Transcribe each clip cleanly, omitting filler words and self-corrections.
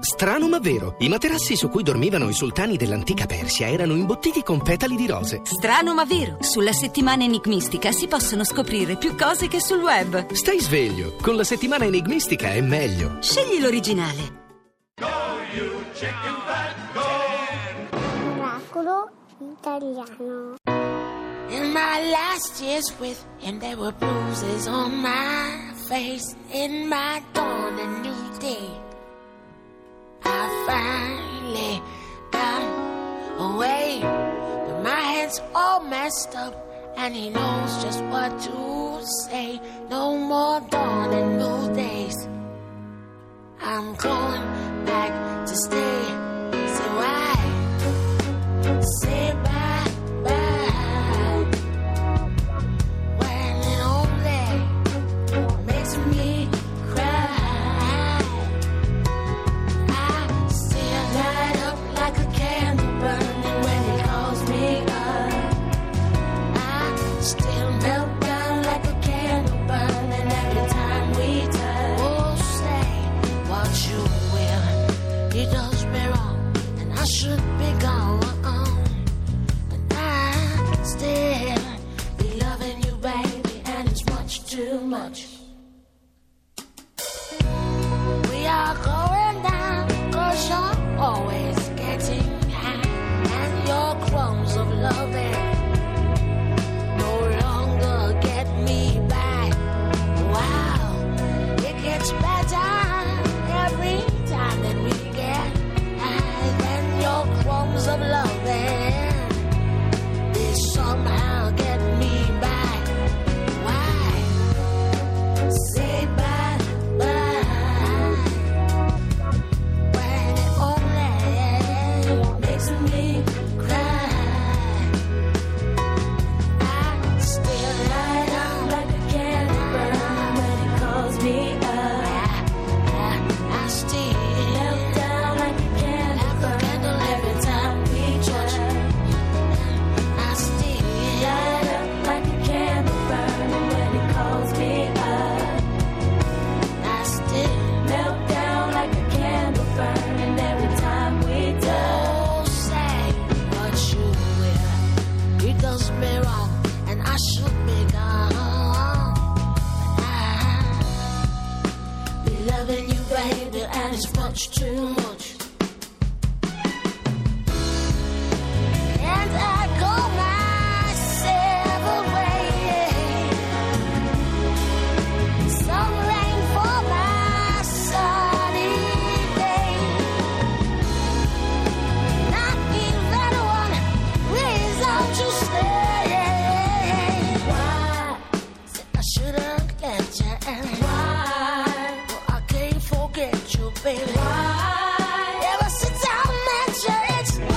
Strano ma vero, i materassi su cui dormivano i sultani dell'antica Persia erano imbottiti con petali di rose. Strano ma vero, sulla settimana enigmistica si possono scoprire più cose che sul web. Stai sveglio, con la settimana enigmistica è meglio. Scegli l'originale. Miracolo italiano. In my last years with him, there were bruises on my face. In my dawn, a new day, I finally got away. But my head's all messed up, and he knows just what to say. No more dawn and new days. I'm going back to stay. Say why? Say bye. Too much. We are going down, 'cause you're always getting high, and your crumbs of loving no longer get me by. Wow, it gets better every time that we get high, and your crumbs of loving, they somehow get me by. Say bye-bye when it only makes me cry. I still light up like a candle burn when it calls me up. I still melt down like a candle every time we touch. I still light up like a candle burn when it calls me up. Melt down like a candle burning every time we touch. Say what you will. It does me wrong, and I should be gone. But I be loving you, baby, and it's much too much. And I go my several ways. Some rain for my sunny day. Not even one reason to stay. Why? Said I shouldn't let you in. Why? Well, I can't forget you, baby. Why? Ever since I met you, it's why.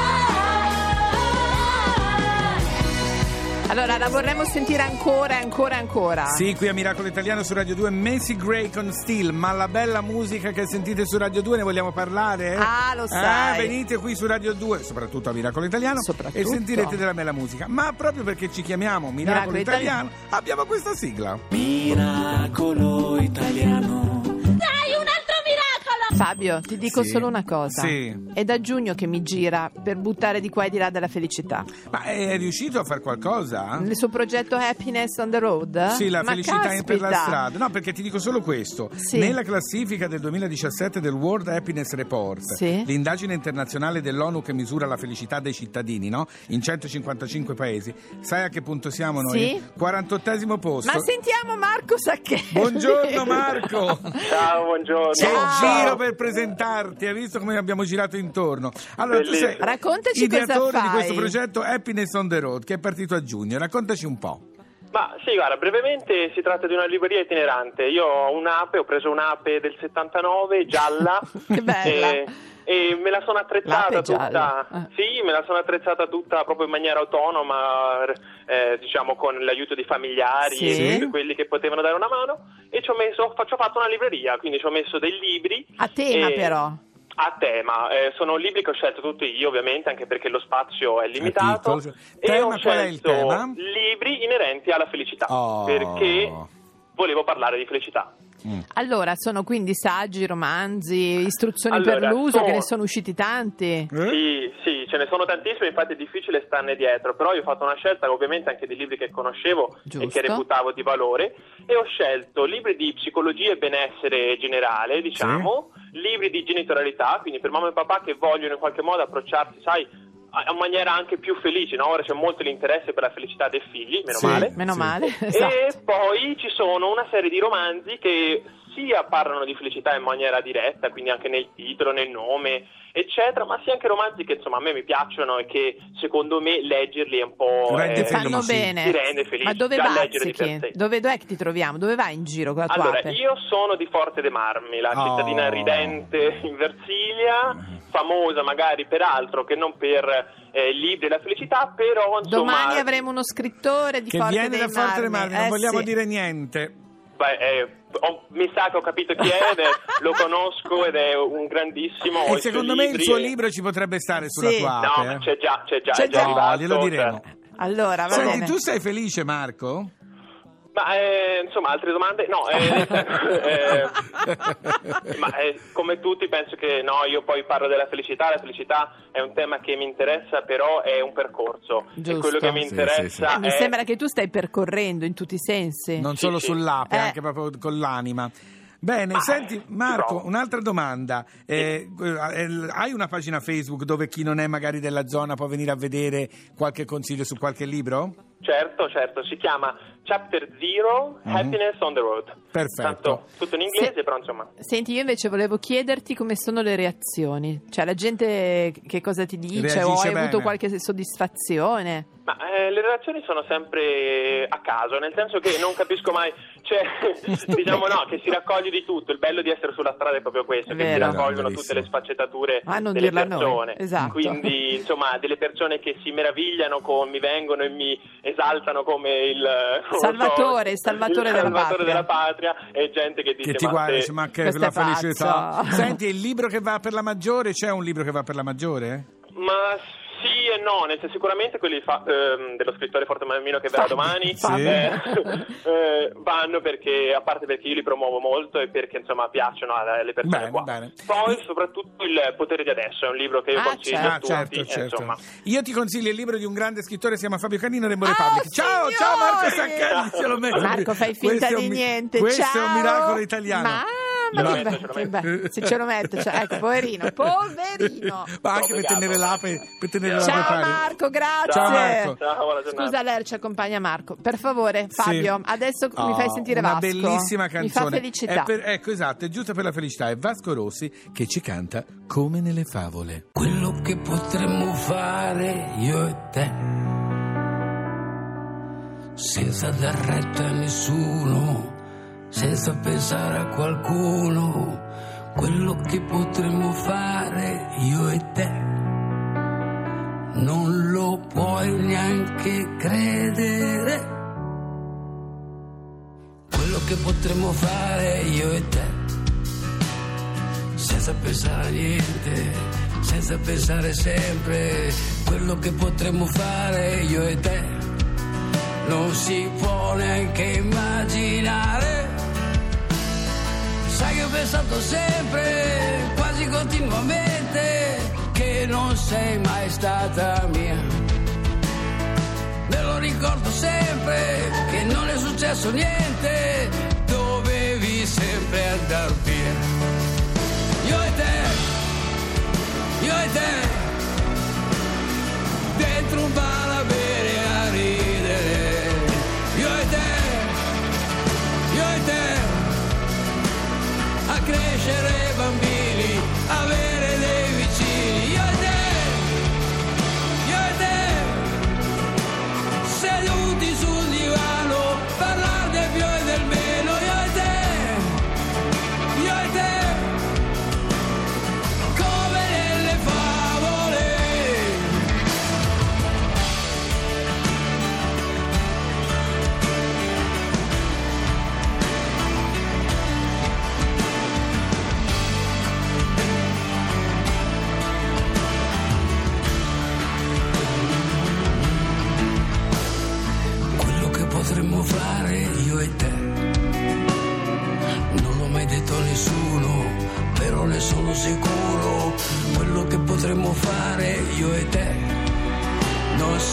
Allora, la vorremmo sentire ancora e ancora e ancora. Sì, qui a Miracolo Italiano su Radio 2, Macy Gray con Steel, ma la bella musica che sentite su Radio 2 ne vogliamo parlare? Ah, lo sai. Venite qui su Radio 2, soprattutto a Miracolo Italiano, e sentirete della bella musica. Ma proprio perché ci chiamiamo Miracolo Italiano, abbiamo questa sigla. Miracolo Italiano. Dai, un altro miracolo! Fabio, ti dico solo una cosa. Sì. È da giugno che mi gira per buttare di qua e di là della felicità. Ma è riuscito a fare qualcosa? Il suo progetto Happiness on the Road? Sì, la Ma felicità caspita. per la strada. No, perché ti dico solo questo. Sì. Nella classifica del 2017 del World Happiness Report, Sì. l'indagine internazionale dell'ONU che misura la felicità dei cittadini, no? In 155 paesi. Sai a che punto siamo noi? Sì. 48esimo posto. Ma sentiamo Marco Sacchelli. Buongiorno Marco. Ciao, buongiorno. C'è il giro per presentarti, hai visto come abbiamo girato intorno? Allora, tu sei Raccontaci ideatore cosa fai. di questo progetto Happiness on the Road, che è partito a giugno. Raccontaci un po'. Ma sì, guarda, brevemente si tratta di una libreria itinerante. Io ho un'ape, ho preso un'ape del 79, gialla. Che bella. E me la sono attrezzata L'ape tutta. gialla. Sì, me la sono attrezzata tutta proprio in maniera autonoma, diciamo con l'aiuto di familiari Sì. e tutti quelli che potevano dare una mano. E ci ho fatto una libreria, quindi ci ho messo dei libri. A tema però. A tema, sono libri che ho scelto tutti io ovviamente, anche perché lo spazio è limitato. Capito. E Tema, ho qual è il scelto tema? libri inerenti alla felicità, Oh. perché volevo parlare di felicità. Allora, sono quindi saggi, romanzi, istruzioni per l'uso, che ne sono usciti tanti? Sì, ce ne sono tantissimi, infatti è difficile starne dietro, però io ho fatto una scelta ovviamente anche di libri che conoscevo e che reputavo di valore, e ho scelto libri di psicologia e benessere generale, diciamo, libri di genitorialità, quindi per mamma e papà che vogliono in qualche modo approcciarsi, sai, in maniera anche più felice, no? Ora c'è molto l'interesse per la felicità dei figli, meno male. Esatto. E poi ci sono una serie di romanzi che sia parlano di felicità in maniera diretta, quindi anche nel titolo, nel nome, eccetera, ma sia anche romanzi che insomma a me mi piacciono e che secondo me leggerli è un po' fanno bene. Ti rende felice. Ma dove bazzichi? Dov'è che ti troviamo? Dove vai in giro con la tua ape? Io sono di Forte dei Marmi, la cittadina ridente in Versilia, famosa magari per altro che non per libri e la felicità, però insomma... Domani avremo uno scrittore di Forte dei Marmi. Che viene da Forte dei Marmi, non vogliamo dire niente. Mi sa che ho capito chi è, lo conosco ed è un grandissimo. E secondo me il suo libro ci potrebbe stare sulla tua ape. No, c'è già arrivato. Glielo diremo. Allora, va Senti, bene. tu sei felice, Marco? Ma insomma, altre domande? No, ma come tutti penso che io poi parlo della felicità. La felicità è un tema che mi interessa, però è un percorso. Giusto. E quello che mi interessa mi sembra che tu stai percorrendo in tutti i sensi. Non solo sull'ape, anche proprio con l'anima. Bene, senti Marco, un'altra domanda. Hai una pagina Facebook dove chi non è magari della zona può venire a vedere qualche consiglio su qualche libro? Certo, si chiama Chapter Zero, Happiness on the Road. Perfetto. Tanto, tutto in inglese, però insomma. Senti, io invece volevo chiederti come sono le reazioni. Cioè, la gente che cosa ti dice? O hai avuto qualche soddisfazione? Ma le relazioni sono sempre a caso, nel senso che non capisco mai, diciamo che si raccoglie di tutto. Il bello di essere sulla strada è proprio questo, che si raccolgono tutte le sfaccettature delle persone. Esatto. Quindi, insomma, delle persone che si meravigliano, mi vengono e mi esaltano come il Salvatore della patria, e gente che dice: che ti guarda, ma che la felicità. Pazzo. Senti, il libro che va per la maggiore, c'è un libro che va per la maggiore? Ma sì e no, nel senso, sicuramente quelli dello scrittore Forte Marmino che verrà domani vanno perché, a parte perché io li promuovo molto e perché insomma piacciono alle persone qua. Bene. Poi soprattutto Il potere di adesso è un libro che io consiglio a tutti. Certo. Insomma. Io ti consiglio il libro di un grande scrittore, si chiama Fabio Canino, Rainbow Republic. Ciao Marco Saccari, Marco, fai finta di niente. Questo è un miracolo italiano. Ce lo metto. Se ce lo metto, ecco, poverino. Ma anche per tenere l'ape, Ciao Marco, grazie. Ciao Marco. Ciao, scusa, Ler ci accompagna Marco. Per favore, Fabio, adesso mi fai sentire Vasco. Una bellissima canzone. Mi fa felicità. Ecco, esatto, è giusto per la felicità. È Vasco Rossi che ci canta Come nelle favole. Quello che potremmo fare io e te, senza dar retta a nessuno, senza pensare a qualcuno. Quello che potremmo fare io e te, non lo puoi neanche credere. Quello che potremmo fare io e te, senza pensare a niente, senza pensare sempre. Quello che potremmo fare io e te, non si può neanche immaginare. Sai che ho pensato sempre, quasi continuamente, che non sei mai stata mia. Me lo ricordo sempre, che non è successo niente, dovevi sempre andar via. Io e te, dentro un bar a bere, a ridere. Io e te, a crescere bambini, avere dei vicini. Io e te, seduti sul divano, parlare del più e del meno. Io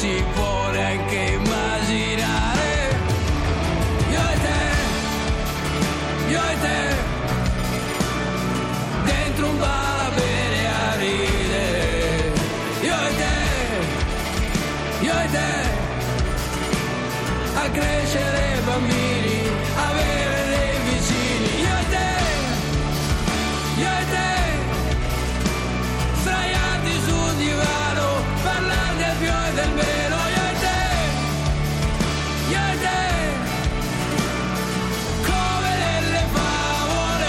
si può neanche immaginare. Io e te, dentro un bar a bere a ridere. Io e te, a crescere bambini, avere dei vicini. Io e te, sdraiati sul divano, parlare del più e del meno. Io e te, come nelle favole.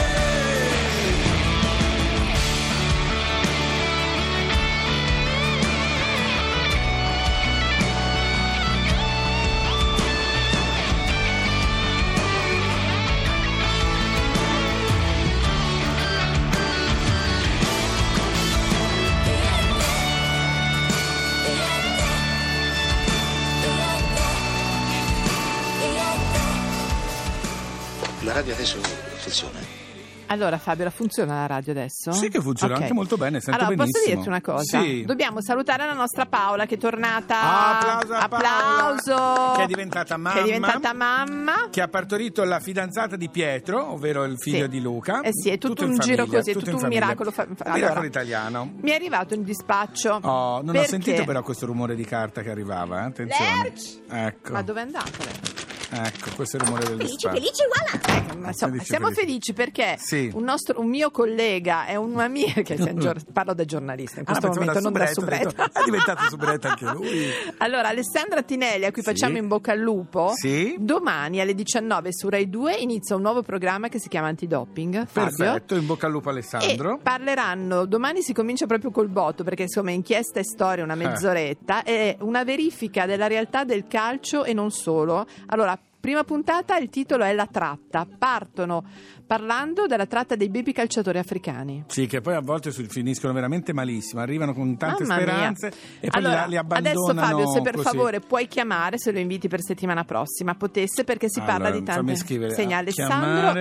La radio adesso funziona? Allora Fabio, funziona la radio adesso? Sì che funziona, okay. Anche molto bene, sento allora, benissimo. Posso dirti una cosa? Sì. Dobbiamo salutare la nostra Paola che è tornata. Applauso. Che è diventata mamma. Che ha partorito la fidanzata di Pietro, ovvero il figlio di Luca. Sì, è tutto un giro così, è tutto un miracolo. Miracolo italiano. Mi è arrivato in dispaccio. Oh, non ho sentito però questo rumore di carta che arrivava, Attenzione. Ecco. Ma dove è andato lei? Ecco, questo è il rumore del dispaccio. Felici, voilà! Siamo felici perché un mio collega è una mia che parlo da giornalista in questo momento, non da subretta. È diventato subretta anche lui. Allora, Alessandra Tinelli, a cui facciamo in bocca al lupo, domani alle 19 su Rai 2 inizia un nuovo programma che si chiama Antidoping. Fabio. Perfetto, in bocca al lupo Alessandro. E parleranno, domani si comincia proprio col botto, perché insomma inchiesta e storia una mezz'oretta, è una verifica della realtà del calcio e non solo. Allora, prima puntata, il titolo è La tratta. Partono parlando della tratta dei baby calciatori africani. Sì, che poi a volte finiscono veramente malissimo, arrivano con tante speranze e poi li abbandonano. Adesso Fabio, se per così. Favore puoi chiamare, se lo inviti per settimana prossima, potesse, perché si parla di tante. Segna Alessandro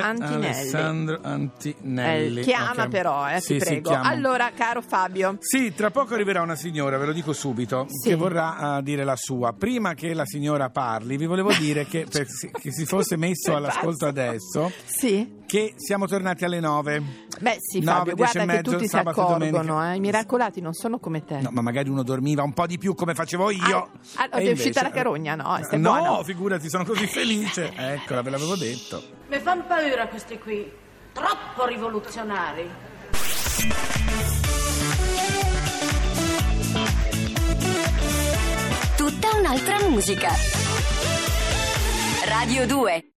Antinelli. Chiama però, ti prego. Allora, caro Fabio. Sì, tra poco arriverà una signora, ve lo dico subito, che vorrà dire la sua. Prima che la signora parli, vi volevo dire che che si fosse messo all'ascolto adesso, che siamo tornati alle 9. Beh sì, Fabio, 9, guarda che tutti si accorgono, i miracolati non sono come te. No, ma magari uno dormiva un po' di più come facevo io. Allora è uscita la carogna, no? No, figurati, sono così felice. Eccola, ve l'avevo detto. Mi fanno paura questi qui, troppo rivoluzionari. Tutta un'altra musica. Radio 2.